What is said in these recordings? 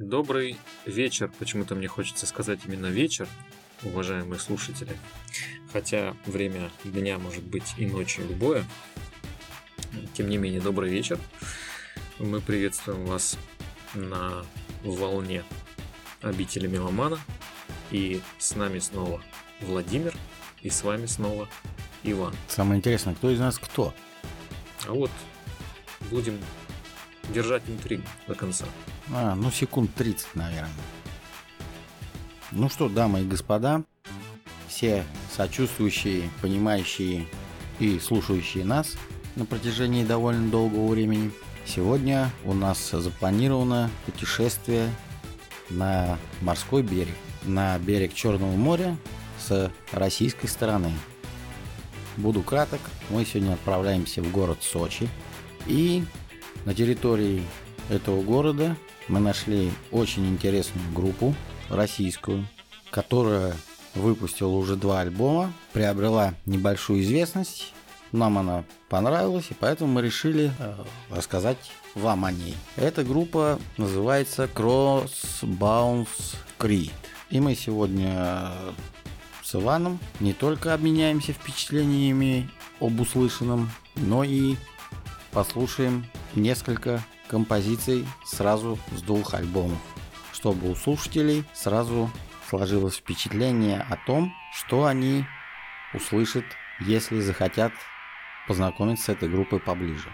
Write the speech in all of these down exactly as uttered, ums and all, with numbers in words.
Добрый вечер. Почему-то мне хочется сказать именно вечер, уважаемые слушатели. Хотя время дня может быть и ночью любое. Тем не менее, добрый вечер. Мы приветствуем вас на волне обители меломана. И с нами снова Владимир. И с вами снова Иван. Самое интересное, кто из нас кто? А вот будем держать интригу до конца. А, ну секунд тридцать, наверное. Ну что, дамы и господа, все сочувствующие, понимающие и слушающие нас на протяжении довольно долгого времени, сегодня у нас запланировано путешествие на морской берег, на берег Черного моря с российской стороны. Буду краток, мы сегодня отправляемся в город Сочи, и на территории этого города мы нашли очень интересную группу российскую, которая выпустила уже два альбома, приобрела небольшую известность, нам она понравилась, и поэтому мы решили э, рассказать вам о ней. Эта группа называется Crossbones Creed, и мы сегодня с Иваном не только обменяемся впечатлениями об услышанном, но и послушаем несколько композиций сразу с двух альбомов, чтобы у слушателей сразу сложилось впечатление о том, что они услышат, если захотят познакомиться с этой группой поближе.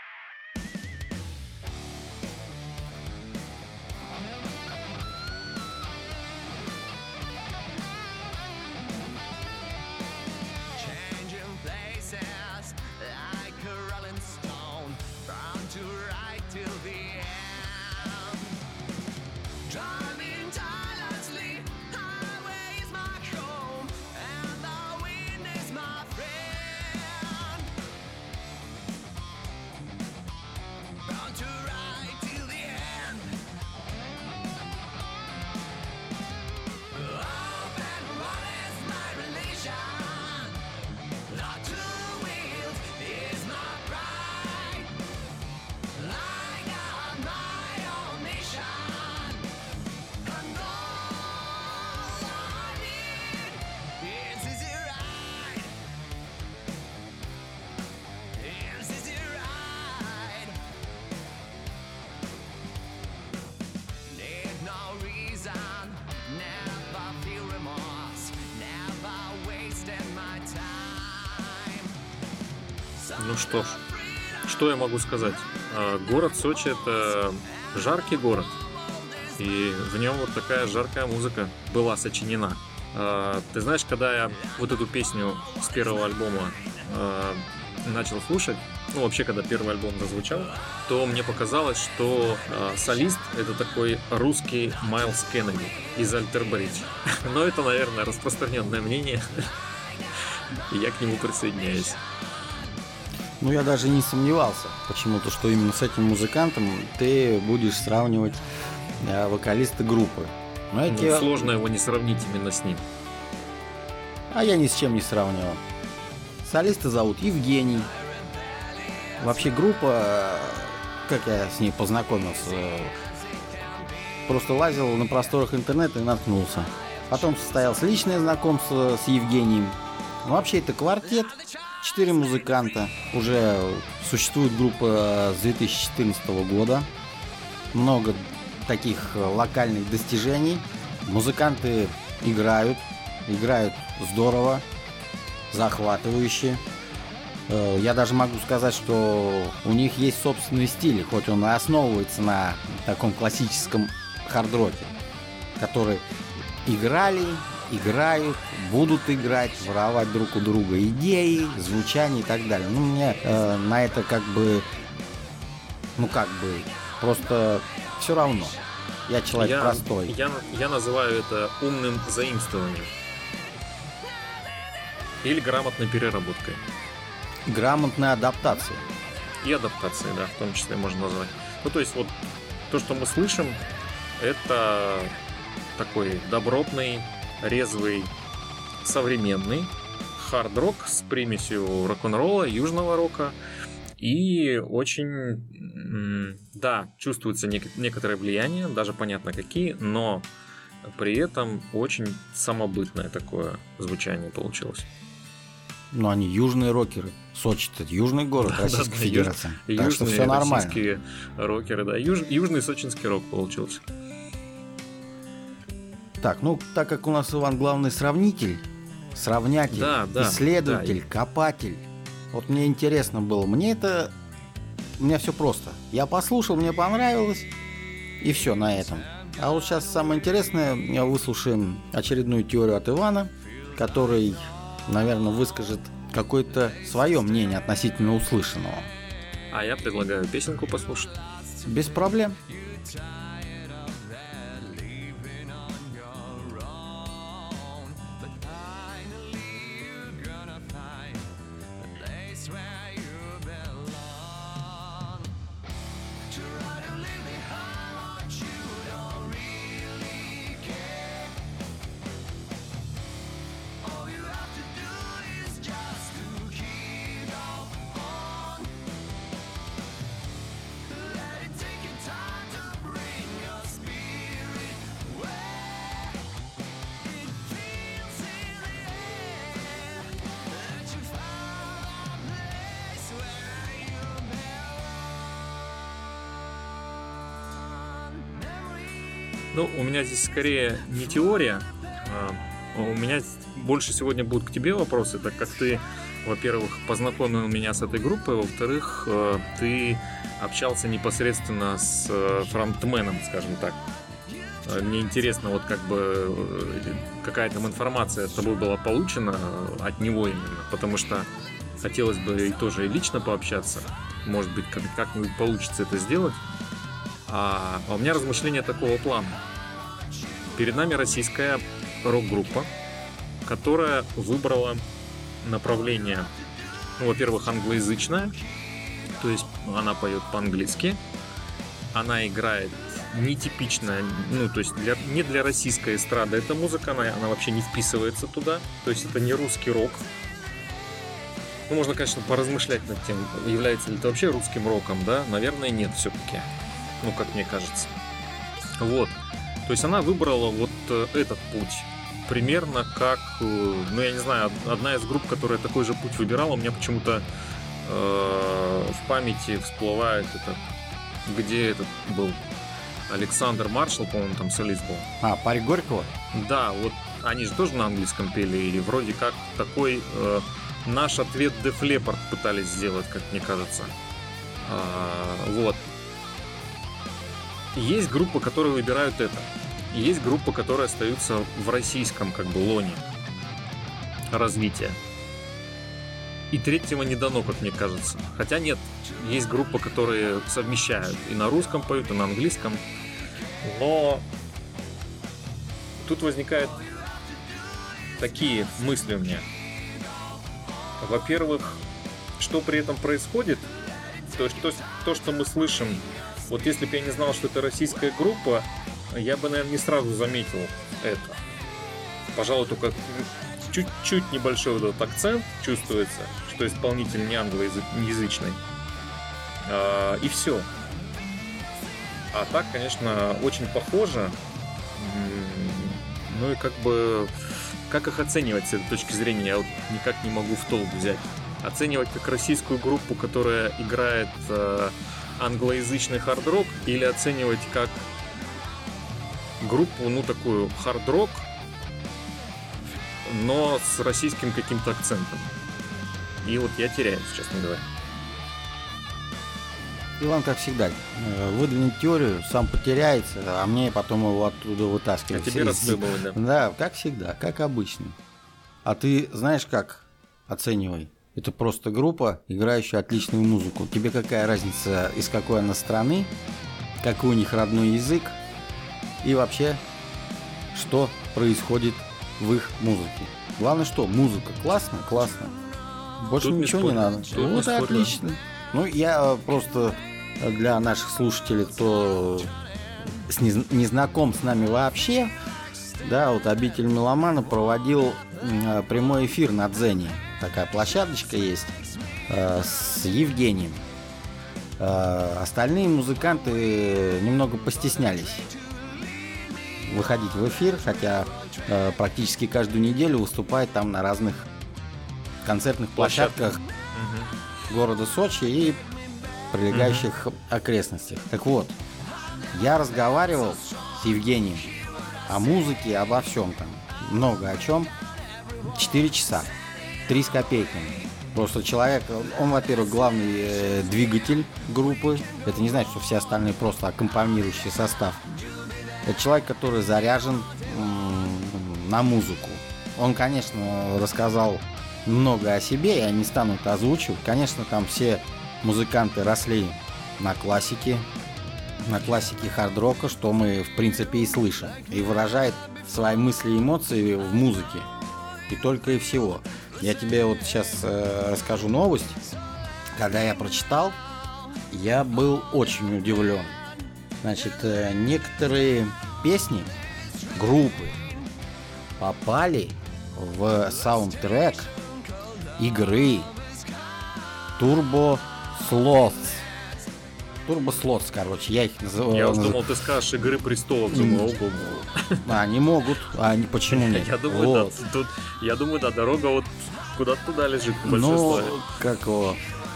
Ну что ж, что я могу сказать? Город Сочи — это жаркий город, и в нем вот такая жаркая музыка была сочинена. Ты знаешь, когда я вот эту песню с первого альбома начал слушать, ну вообще, когда первый альбом зазвучал, то мне показалось, что солист — это такой русский Майлз Кеннеди из Альтер Бридж. Но это, наверное, распространенное мнение, и я к нему присоединяюсь. Ну, я даже не сомневался почему-то, что именно с этим музыкантом ты будешь сравнивать э, вокалиста группы. Но ну, эти... Сложно его не сравнить именно с ним. А я ни с чем не сравнивал. Солиста зовут Евгений. Вообще группа, как я с ней познакомился, просто лазил на просторах интернета и наткнулся. Потом состоялось личное знакомство с Евгением. Ну, вообще это квартет. Четыре музыканта. Уже существует группа с две тысячи четырнадцатого года. Много таких локальных достижений. Музыканты играют. Играют здорово. Захватывающе. Я даже могу сказать, что у них есть собственный стиль, хоть он и основывается на таком классическом хард-роке, который играли, играют, будут играть, воровать друг у друга идеи, звучание и так далее. Ну, мне э, на это как бы, ну как бы, просто все равно. Я человек я, простой. Я, я называю это умным заимствованием. Или грамотной переработкой. Грамотная адаптация. И адаптация, да, в том числе можно назвать. Ну, то есть вот то, что мы слышим, это такой добротный, резвый, современный хард-рок с примесью рок-н-ролла, южного рока И очень, да, чувствуется некоторое влияние, даже понятно какие, но при этом очень самобытное такое звучание получилось. Ну, они южные рокеры. Сочи – это южный город да, Российской да, Федерации. Юж... Так что все нормально. Российские рокеры, да. Юж... Южный сочинский рок получился. Так, ну, так как у нас Иван главный сравнитель, сравнятель, да, да, исследователь, да. копатель. Вот мне интересно было. Мне это... У меня все просто. Я послушал, мне понравилось, и все на этом. А вот сейчас самое интересное, выслушаем очередную теорию от Ивана, который, наверное, выскажет какое-то свое мнение относительно услышанного. А я предлагаю песенку послушать. Без проблем. Ну, у меня здесь скорее не теория, а у меня больше сегодня будут к тебе вопросы, так как ты, во-первых, познакомил меня с этой группой, во-вторых, ты общался непосредственно с фронтменом, скажем так. Мне интересно, вот как бы какая там информация с тобой была получена от него именно, потому что хотелось бы и тоже лично пообщаться, может быть, как-нибудь получится это сделать. А у меня размышления такого плана. Перед нами российская рок-группа, которая выбрала направление, ну, во-первых, англоязычное, то есть она поет по-английски, она играет нетипично, ну, то есть для, не для российской эстрады эта музыка, она, она вообще не вписывается туда, то есть это не русский рок. Ну, можно, конечно, поразмышлять над тем, является ли это вообще русским роком, да? Наверное, нет все-таки. Ну, как мне кажется. Вот. То есть она выбрала вот этот путь. Примерно как, ну, я не знаю, одна из групп, которая такой же путь выбирала, у меня почему-то э, в памяти всплывает этот, где этот был Александр Маршал, по-моему, там солист был. А, «Парень Горького»? Да, вот они же тоже на английском пели, и вроде как такой э, наш ответ Def Leppard пытались сделать, как мне кажется. А, вот. Есть группы, которые выбирают это. Есть группы, которые остаются в российском, как бы, лоне развития. И третьего не дано, как мне кажется. Хотя нет, есть группы, которые совмещают. И на русском поют, и на английском. Но тут возникают такие мысли у меня. Во-первых, что при этом происходит? То, что, то, что мы слышим. Вот если бы я не знал, что это российская группа, я бы, наверное, не сразу заметил это. Пожалуй, только чуть-чуть небольшой вот этот акцент чувствуется, что исполнитель не англоязычный. И все. А так, конечно, очень похоже. Ну и как бы... Как их оценивать с этой точки зрения, я вот никак не могу в толк взять. Оценивать как российскую группу, которая играет... англоязычный хард-рок, или оценивать как группу, ну, такую хард-рок, но с российским каким-то акцентом. И вот я теряюсь, честно говоря. Иван, как всегда, выдвинет теорию, сам потеряется, а мне потом его оттуда вытаскивать. А тебе расхлебывать, да? Да, как всегда, как обычно. А ты знаешь как? Оценивай. Это просто группа, играющая отличную музыку. Тебе какая разница, из какой она страны, какой у них родной язык и вообще, что происходит в их музыке. Главное, что музыка классно, классно. Больше Тут ничего не, не надо. Тут вот не отлично. Спорно. Ну, я просто для наших слушателей, кто не знаком с нами вообще, да, вот «Обитель меломана» проводил прямой эфир на Дзене. Такая площадочка есть э, с Евгением. Э, остальные музыканты немного постеснялись выходить в эфир, хотя э, практически каждую неделю выступает там на разных концертных площадках угу. города Сочи и прилегающих угу. окрестностях. Так вот, я разговаривал с Евгением о музыке, обо всем там, много о чем. Четыре часа, три с копейками. Просто человек, он, во-первых, главный э, двигатель группы. Это не значит, что все остальные просто аккомпанирующий состав. Это человек, который заряжен м- на музыку. Он, конечно, рассказал много о себе, я не стану это озвучивать. Конечно, там все музыканты росли на классике, на классике хард-рока, что мы, в принципе, и слышим. И выражает свои мысли и эмоции в музыке. И только и всего. Я тебе вот сейчас э, расскажу новость. Когда я прочитал, я был очень удивлен. Значит, э, некоторые песни группы попали в саундтрек игры Turbo Sloths. Turbo Sloths, короче, я их называю. Я уж думал, ты скажешь «Игры престолов». Думаю, ого. А, они могут, а они почему нет? Я думаю, вот. да, тут, я думаю, да, дорога вот куда-то туда лежит, по большой Ну, как его...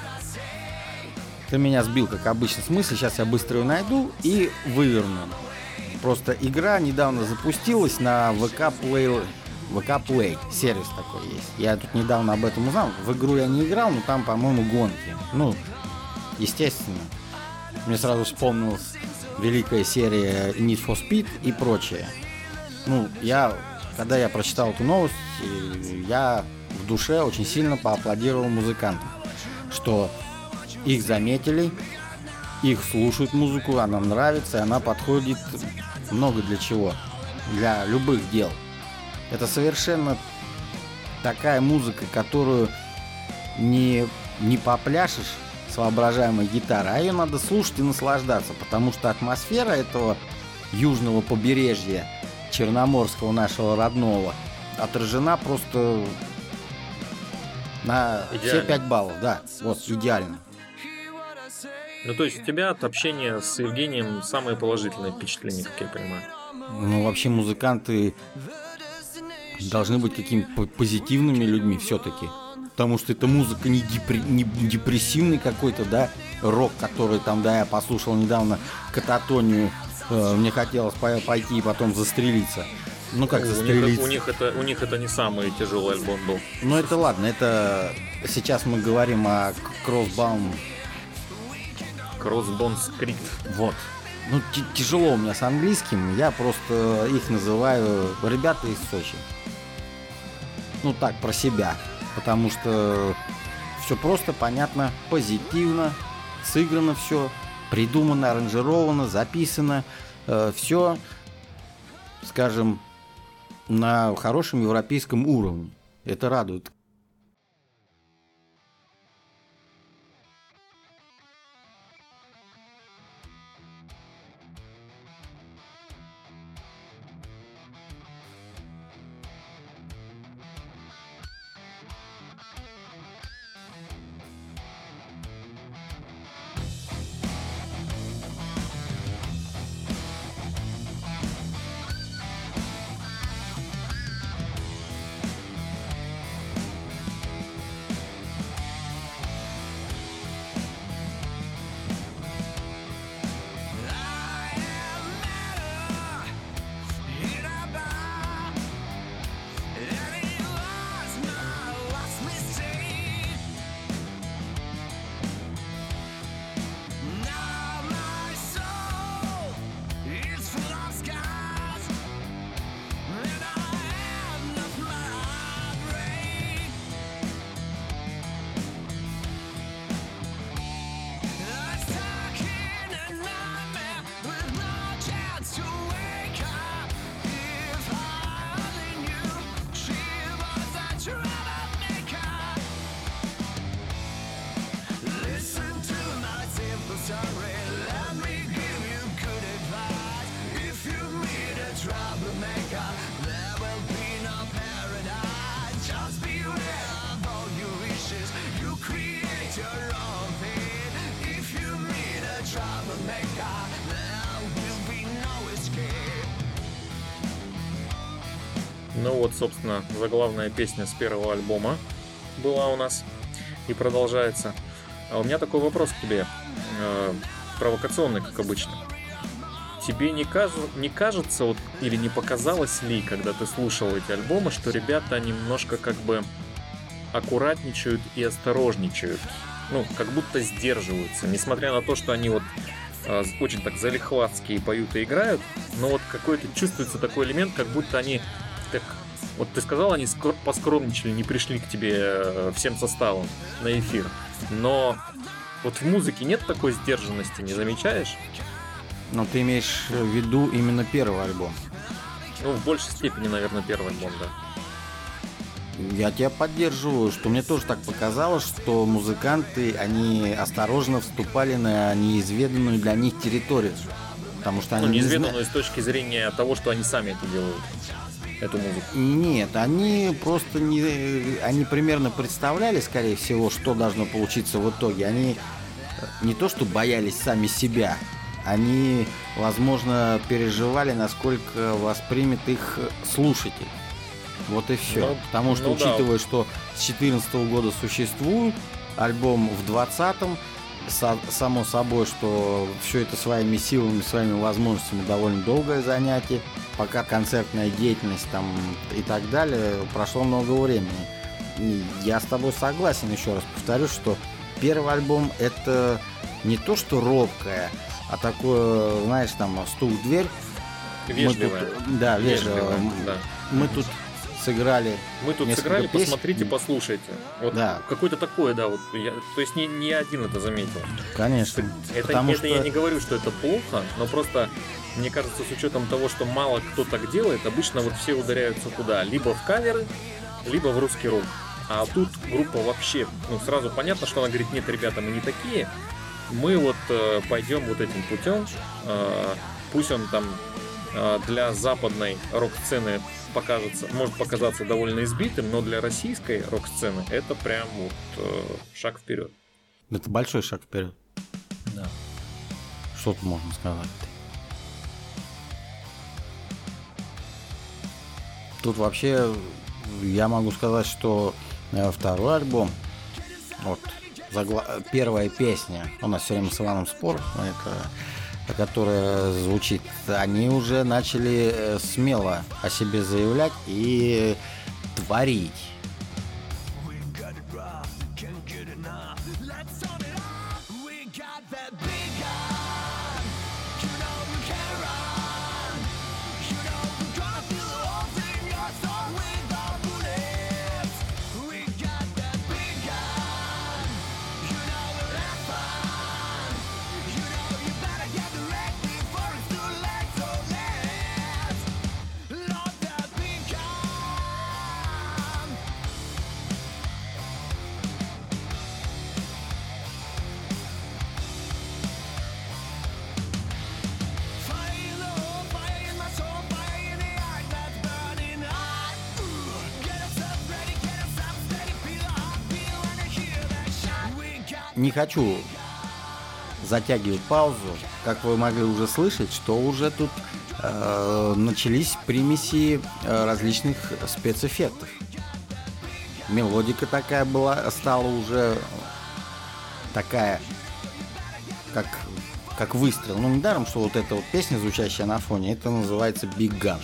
Ты меня сбил, как обычно, с мысли. Сейчас я быстро ее найду и выверну. Просто игра недавно запустилась на ви кей Play. ви кей Play. Сервис такой есть. Я тут недавно об этом узнал. В игру я не играл, но там, по-моему, гонки. Ну, естественно. Мне сразу вспомнилась великая серия Need for Speed и прочее. Ну, я, когда я прочитал эту новость, я в душе очень сильно поаплодировал музыкантам, что их заметили, их слушают музыку, она им нравится, и она подходит много для чего, для любых дел. Это совершенно такая музыка, которую не, не попляшешь с воображаемой гитарой, а ее надо слушать и наслаждаться, потому что атмосфера этого южного побережья, черноморского нашего родного, отражена просто на идеально. Все пять баллов, да, вот, идеально. Ну, то есть у тебя от общения с Евгением самое положительное впечатление, как я понимаю? Ну, вообще музыканты должны быть какими-то позитивными людьми все-таки. Потому что это музыка не, депр... не депрессивный какой-то, да, рок, который там, да, я послушал недавно Кататонию, э, мне хотелось пойти и потом застрелиться. Ну как застрелиться? У них, у них это, у них это не самый тяжелый альбом был. Ну это ладно, это сейчас мы говорим о Crossbone. Crossbone Script. Вот. Ну т- тяжело у меня с английским, я просто их называю ребята из Сочи. Ну так, про себя. Потому что все просто, понятно, позитивно, сыграно все, придумано, аранжировано, записано. Э, все, скажем, на хорошем европейском уровне. Это радует. Ну вот, собственно, заглавная песня с первого альбома была у нас и продолжается. А у меня такой вопрос к тебе, э, провокационный, как обычно. Тебе не, каж... не кажется, вот, или не показалось ли, когда ты слушал эти альбомы, что ребята немножко как бы аккуратничают и осторожничают? Ну, как будто сдерживаются, несмотря на то, что они вот э, очень так залихватские поют и играют, но вот какой-то чувствуется такой элемент, как будто они так, вот ты сказал, они скор- поскромничали, не пришли к тебе э, всем составом на эфир, но вот в музыке нет такой сдержанности, не замечаешь? Но ты имеешь в виду именно первый альбом? Ну, в большей степени, наверное, первый альбом, да. Я тебя поддерживаю, что мне тоже так показалось, что музыканты, они осторожно вступали на неизведанную для них территорию. Потому что они ну, не неизведанную зна... с точки зрения того, что они сами это делают, эту музыку. Нет, они просто не... Они примерно представляли, скорее всего, что должно получиться в итоге. Они не то что боялись сами себя, они, возможно, переживали, насколько воспримет их слушатель. Вот и все. Ну, Потому что, ну, учитывая, да. что с четырнадцатого года существует, альбом в двадцатом, со- само собой, что все это своими силами, своими возможностями довольно долгое занятие, пока концертная деятельность там и так далее, прошло много времени. И я с тобой согласен, еще раз повторю, что первый альбом — это не то что робкое, а такое, знаешь, там, стук в дверь. Вежливое. Мы тут, да, вежливое. Вежливое, да. Мы тут сыграли. Мы тут сыграли, песен. Посмотрите, послушайте. Вот да. Какое-то такое, да, вот я, то есть не, не один это заметил. Конечно. Это, потому это что... я не говорю, что это плохо, но просто мне кажется, с учетом того, что мало кто так делает, обычно вот все ударяются куда? Либо в каверы, либо в русский рок. А тут группа вообще, ну сразу понятно, что она говорит: нет, ребята, мы не такие. Мы вот э, пойдем вот этим путем. Э, пусть он там э, для западной рок-сцены покажется, может показаться довольно избитым, но для российской рок-сцены это прям вот э, шаг вперед. Это большой шаг вперед. Да. Что тут можно сказать? Тут вообще я могу сказать, что второй альбом, вот загла... первая песня, у нас все время с Иваном спор, это, которая звучит, они уже начали смело о себе заявлять и творить. Не хочу затягивать паузу. Как вы могли уже слышать, что уже тут э, начались примеси э, различных спецэффектов. Мелодика такая была, стала уже такая, как, как выстрел. Ну, недаром, что вот эта вот песня, звучащая на фоне, это называется Big Gun.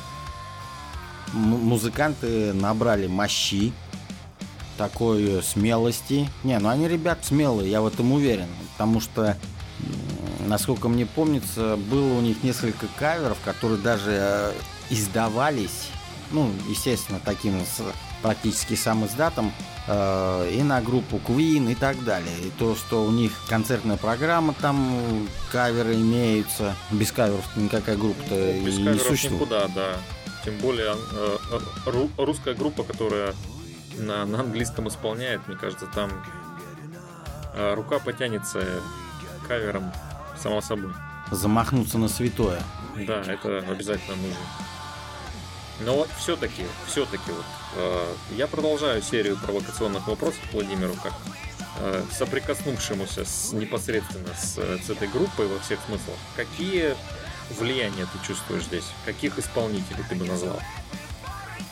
М- музыканты набрали мощи, такой смелости. Не, ну они, ребят, смелые, я в этом уверен. Потому что, насколько мне помнится, было у них несколько каверов, которые даже издавались, ну, естественно, таким практически сам издатом, э, и на группу Queen и так далее. И то, что у них концертная программа, там каверы имеются. Без каверов никакая группа-то ну, без не каверов существует. Никуда, да. Тем более э, ру- русская группа, которая На, на английском исполняет, мне кажется, там э, рука потянется кавером само собой. Замахнуться на святое. Да, это обязательно нужно. Но вот все-таки, все-таки вот э, я продолжаю серию провокационных вопросов к Владимиру, как э, соприкоснувшемуся с, непосредственно с, с этой группой во всех смыслах. Какие влияния ты чувствуешь здесь? Каких исполнителей ты бы назвал?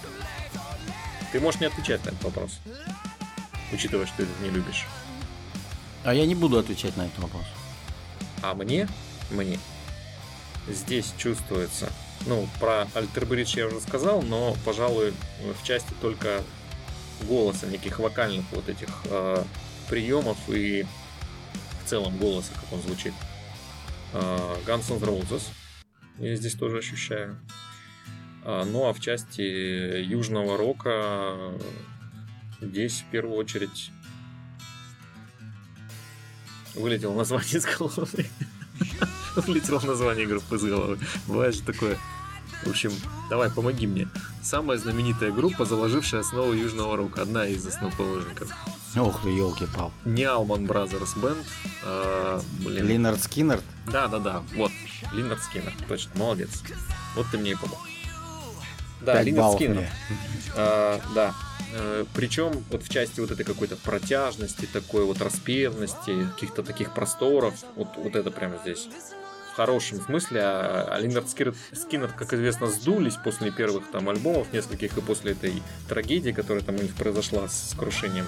Ты можешь не отвечать на этот вопрос, учитывая, что ты это не любишь. А я не буду отвечать на этот вопрос. А мне, мне здесь чувствуется, ну, про Alter Bridge я уже сказал, но, пожалуй, в части только голоса, неких вокальных вот этих э, приемов и в целом голоса, как он звучит. Э, Guns N' Roses я здесь тоже ощущаю. А, ну, а в части южного рока здесь в первую очередь вылетело название из головы. Вылетело название группы из головы. Бывает же такое. В общем, давай, помоги мне. Самая знаменитая группа, заложившая основу южного рока. Одна из основоположников. Ох ты, елки-пал. Не Allman Brothers Band. А, блин. Линард Скиннер? Да-да-да, вот. Линард Скиннер, точно, молодец. Вот ты мне и помог. Да, Пять Линард баллов Скиннер. мне. А, да. А, причем вот в части вот этой какой-то протяжности, такой вот распевности, каких-то таких просторов, вот, вот это прямо здесь. В хорошем смысле. А, а Линард Скиннер, как известно, сдулись после первых там альбомов нескольких и после этой трагедии, которая там у них произошла с крушением.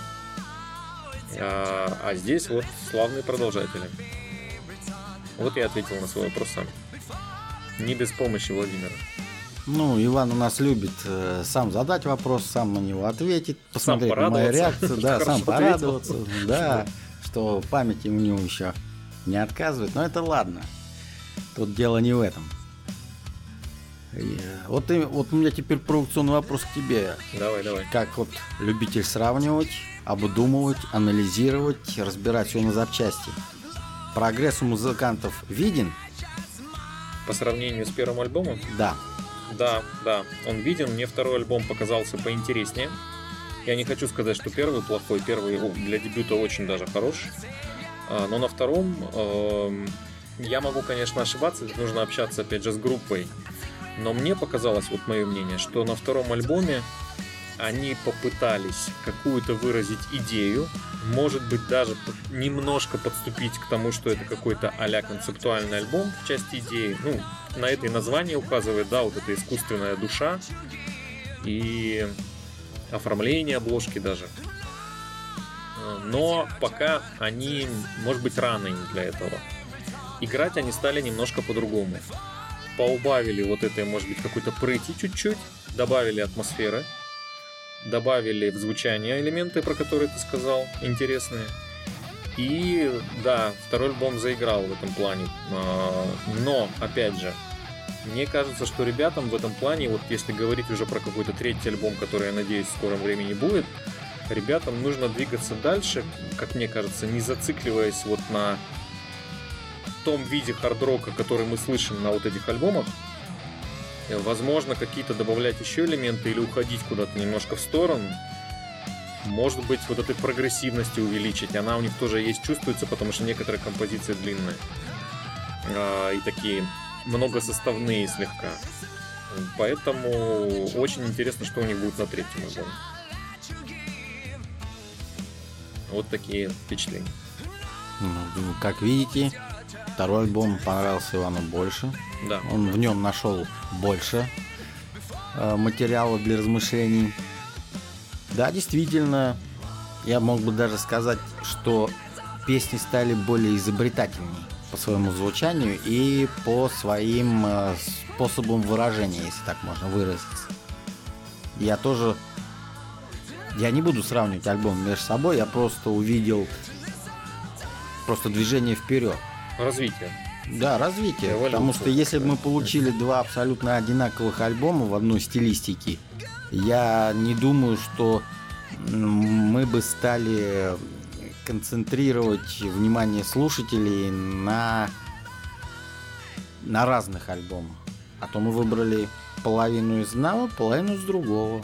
А, а здесь вот славные продолжатели. Вот я ответил на свой вопрос сам. Не без помощи Владимира. Ну, Иван у нас любит э, сам задать вопрос, сам на него ответить, посмотреть на мою реакцию, да, сам порадоваться, да, что памяти у него еще не отказывает. Но это ладно. Тут дело не в этом. И, вот, и, вот у меня теперь провокационный вопрос к тебе. Давай, давай. Как вот любитель сравнивать, обдумывать, анализировать, разбирать все на запчасти. Прогресс у музыкантов виден? По сравнению с первым альбомом? Да. Да, да, он виден. Мне второй альбом показался поинтереснее. Я не хочу сказать, что первый плохой. Первый для дебюта очень даже хорош. Но на втором э, я могу, конечно, ошибаться. Нужно общаться, опять же, с группой. Но мне показалось, вот мое мнение, что на втором альбоме они попытались какую-то выразить идею, может быть, даже немножко подступить к тому, что это какой-то а-ля концептуальный альбом в части идеи. Ну, на это и название указывает, да, вот эта искусственная душа и оформление обложки даже. Но пока они, может быть, рано им для этого. Играть они стали немножко по-другому. Поубавили вот этой, может быть, какой-то прыти чуть-чуть, добавили атмосферы, добавили в звучание элементы, про которые ты сказал, интересные. И да, второй альбом заиграл в этом плане. Но, опять же, мне кажется, что ребятам в этом плане, вот если говорить уже про какой-то третий альбом, который, я надеюсь, в скором времени будет, ребятам нужно двигаться дальше, как мне кажется, не зацикливаясь вот на том виде хард-рока, который мы слышим на вот этих альбомах. Возможно, какие-то добавлять еще элементы или уходить куда-то немножко в сторону. Может быть, вот этой прогрессивности увеличить. Она у них тоже есть, чувствуется, потому что некоторые композиции длинные. А, и такие многосоставные слегка. Поэтому очень интересно, что у них будет на третьем альбоме. Вот такие впечатления. Ну, как видите, второй альбом понравился Ивану больше. Да. Он в нем нашел больше э, материала для размышлений. Да, действительно, я мог бы даже сказать, что песни стали более изобретательней по своему звучанию и по своим э, способам выражения, если так можно выразиться. Я тоже... Я не буду сравнивать альбомы между собой, я просто увидел просто движение вперед. Развитие. Да, развитие. Эволюция. Потому что если бы мы получили два абсолютно одинаковых альбома в одной стилистике, я не думаю, что мы бы стали концентрировать внимание слушателей на, на разных альбомах. А то мы выбрали половину из одного, половину из другого.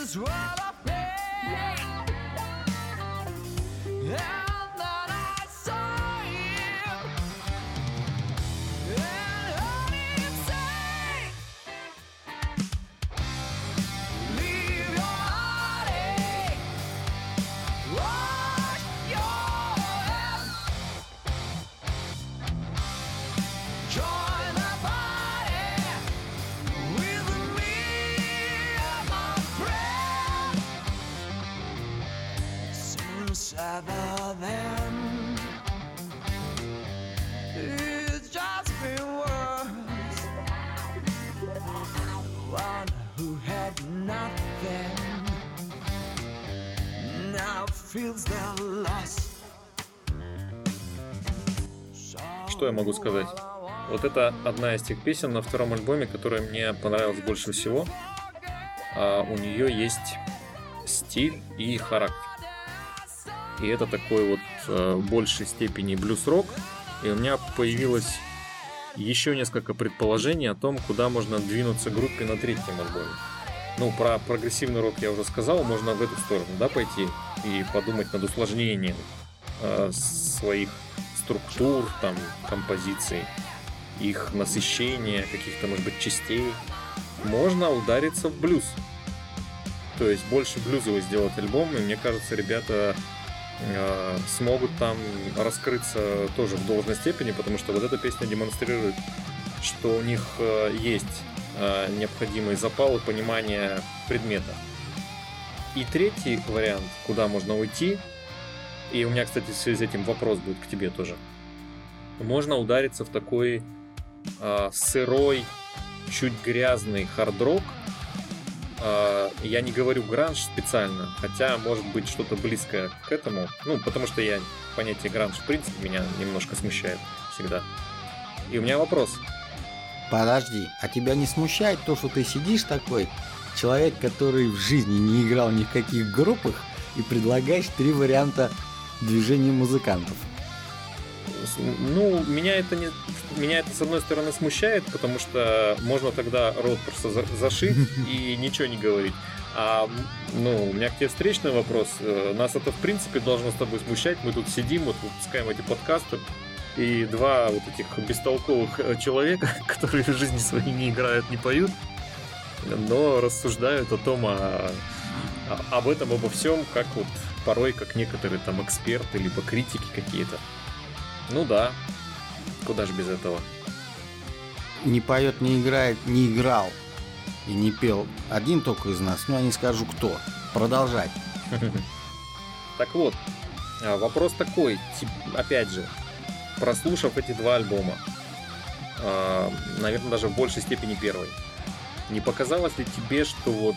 Что я могу сказать? Вот это одна из тех песен на втором альбоме, которая мне понравилась больше всего. А у нее есть стиль и характер. И это такой вот э, в большей степени блюз-рок. И у меня появилось еще несколько предположений о том, куда можно двинуться группе на третьем альбоме. Ну, про прогрессивный рок я уже сказал, можно в эту сторону, да, пойти и подумать над усложнением э, своих структур, там, композиций, их насыщения, каких-то, может быть, частей. Можно удариться в блюз. То есть больше блюзовый сделать альбом, и мне кажется, ребята э, смогут там раскрыться тоже в должной степени, потому что вот эта песня демонстрирует, что у них э, есть э, необходимый запал и понимание предмета. И третий вариант, куда можно уйти, и у меня, кстати, в связи с этим вопрос будет к тебе тоже. Можно удариться в такой э, сырой, чуть грязный хард-рок. Э, я не говорю гранж специально, хотя может быть что-то близкое к этому. Ну, потому что я понятие гранж в принципе меня немножко смущает всегда. И у меня вопрос. Подожди, а тебя не смущает то, что ты сидишь такой, человек, который в жизни не играл ни в каких группах, и предлагаешь три варианта движения музыкантов? Ну, меня это не, меня это с одной стороны смущает, потому что можно тогда рот просто за, зашить и ничего не говорить. А ну, у меня к тебе встречный вопрос. Нас это в принципе должно с тобой смущать. Мы тут сидим, вот выпускаем эти подкасты, и два вот этих бестолковых человека, которые в жизни своей не играют, не поют, но рассуждают о том, о, о, об этом, обо всем, как вот порой, как некоторые там эксперты, либо критики какие-то. Ну да, куда же без этого. Не поет, не играет, не играл и не пел один только из нас, но я не скажу кто. Продолжай. Так вот, вопрос такой, опять же, прослушав эти два альбома, наверное, даже в большей степени первый, не показалось ли тебе, что вот,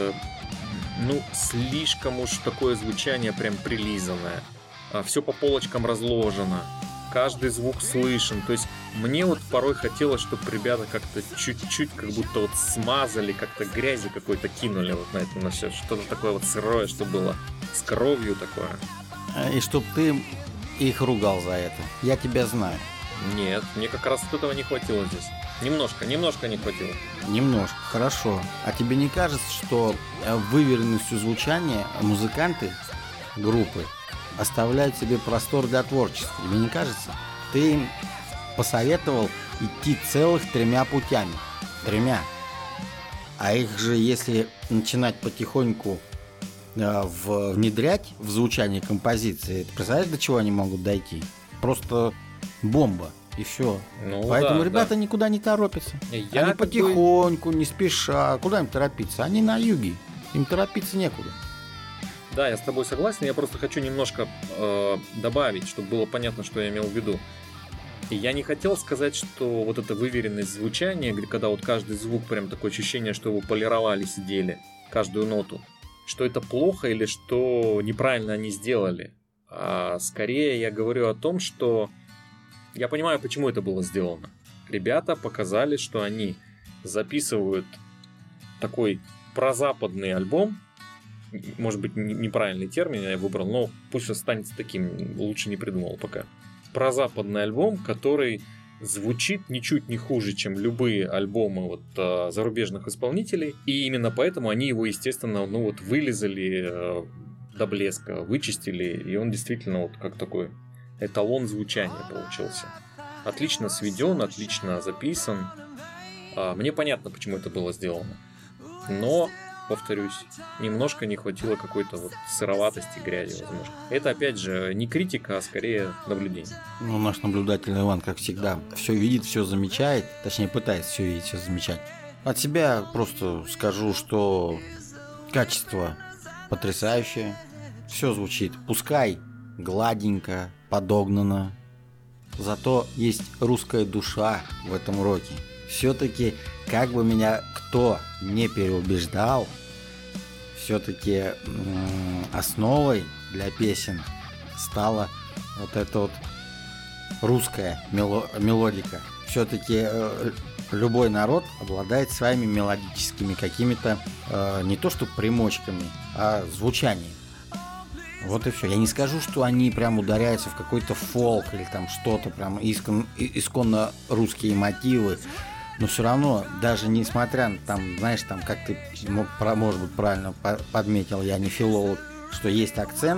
ну, слишком уж такое звучание прям прилизанное, все по полочкам разложено, каждый звук слышен. То есть мне вот порой хотелось, чтобы ребята как-то чуть-чуть как будто вот смазали, как-то грязи какой-то кинули вот на это, на все, что-то такое вот сырое, что было с кровью такое. И чтоб ты их ругал за это. Я тебя знаю. Нет, мне как раз вот этого не хватило здесь. Немножко, немножко не хватило. Немножко, хорошо. А тебе не кажется, что выверенностью звучания музыканты группы оставляют себе простор для творчества? Тебе не кажется? Ты им посоветовал идти целых тремя путями. Тремя. А их же, если начинать потихоньку э, в, внедрять в звучание композиции, ты представляешь, до чего они могут дойти? Просто бомба. И все. Ну, Поэтому да, ребята да. никуда не торопятся. Я они такой... потихоньку, не спеша. Куда им торопиться? Они на юге. Им торопиться некуда. Да, я с тобой согласен. Я просто хочу немножко э, добавить, чтобы было понятно, что я имел в виду. И я не хотел сказать, что вот эта выверенность звучания, когда вот каждый звук, прям такое ощущение, что его полировали, сидели, каждую ноту, что это плохо или что неправильно они сделали. А скорее я говорю о том, что я понимаю, почему это было сделано. Ребята показали, что они записывают такой прозападный альбом. Может быть, неправильный термин я выбрал, но пусть останется таким, лучше не придумал пока. Прозападный альбом, который звучит ничуть не хуже, чем любые альбомы вот, э, зарубежных исполнителей, и именно поэтому они его, естественно, ну вот вылизали э, до блеска, вычистили, и он действительно вот как такой эталон звучания получился. Отлично сведен, отлично записан. Э, мне понятно, почему это было сделано, но повторюсь, немножко не хватило какой-то вот сыроватости, грязи, возможно. Это, опять же, не критика, а скорее наблюдение. Ну, наш наблюдатель Иван, как всегда, все видит, все замечает, точнее, пытается все видеть, все замечать. От себя просто скажу, что качество потрясающее, все звучит, пускай гладенько, подогнано, зато есть русская душа в этом роке. Все-таки, как бы меня кто не переубеждал, все-таки м- основой для песен стала вот эта вот русская мело- мелодика. Все-таки э, любой народ обладает своими мелодическими какими-то э, не то что примочками, а звучанием. Вот и все. Я не скажу, что они прям ударяются в какой-то фолк или там что-то прям искон, исконно русские мотивы. Но все равно, даже несмотря на там, знаешь, там, как ты, может быть, правильно подметил, я не филолог, что есть акцент,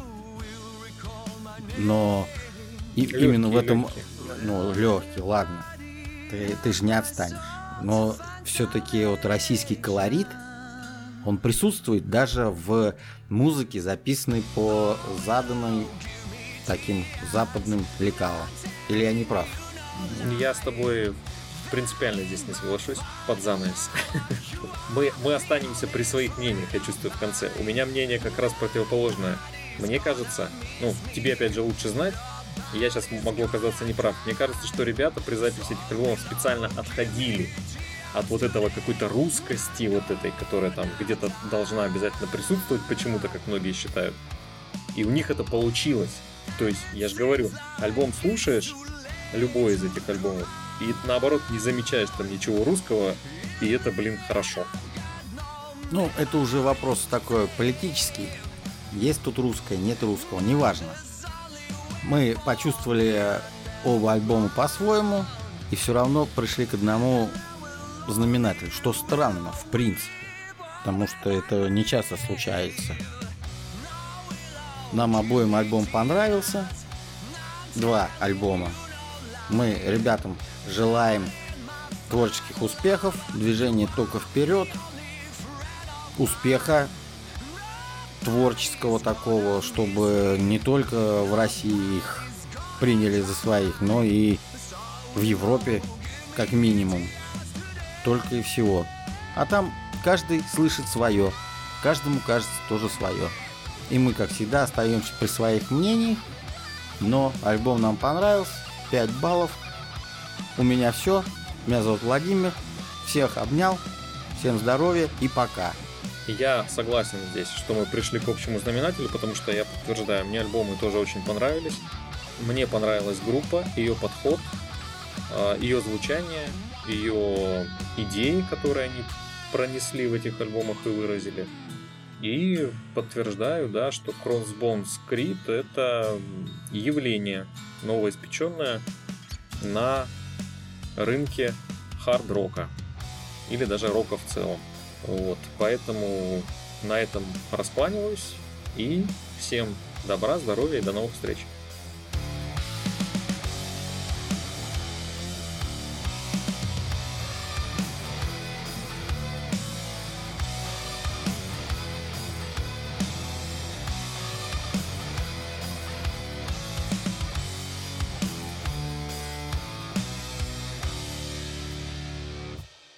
но и, легкий, именно в этом, легкий. ну, легкий, ладно, ты, ты же не отстанешь. Но все-таки вот российский колорит, он присутствует даже в музыке, записанной по заданным таким западным лекалам. Или я не прав? Я с тобой принципиально здесь не соглашусь, под занавес. мы, мы останемся при своих мнениях, я чувствую, в конце. У меня мнение как раз противоположное. Мне кажется, ну, тебе опять же лучше знать, я сейчас могу оказаться неправ. Мне кажется, что ребята при записи этих альбомов специально отходили от вот этого какой-то русскости, вот этой, которая там где-то должна обязательно присутствовать почему-то, как многие считают. И у них это получилось. То есть, я же говорю, альбом слушаешь, любой из этих альбомов, и наоборот не замечаешь там ничего русского, и это, блин, хорошо. Ну, это уже вопрос такой политический. Есть тут русское, нет русского, неважно. Мы почувствовали оба альбома по-своему, и все равно пришли к одному знаменателю, что странно, в принципе, потому что это не часто случается. Нам обоим альбом понравился, два альбома. Мы ребятам желаем творческих успехов, движения только вперед, успеха творческого такого, чтобы не только в России их приняли за своих, но и в Европе как минимум. Только и всего. А там каждый слышит свое, каждому кажется тоже свое. И мы, как всегда, остаемся при своих мнениях, но альбом нам понравился. пять баллов. У меня все. Меня зовут Владимир. Всех обнял. Всем здоровья и пока. Я согласен здесь, что мы пришли к общему знаменателю, потому что я подтверждаю, мне альбомы тоже очень понравились. Мне понравилась группа, ее подход, ее звучание, ее идеи, которые они пронесли в этих альбомах и выразили. И подтверждаю, да, что Crossbones Creed — это явление новоиспеченное на рынке хард-рока или даже рока в целом. Вот, поэтому на этом раскланиваюсь и всем добра, здоровья и до новых встреч.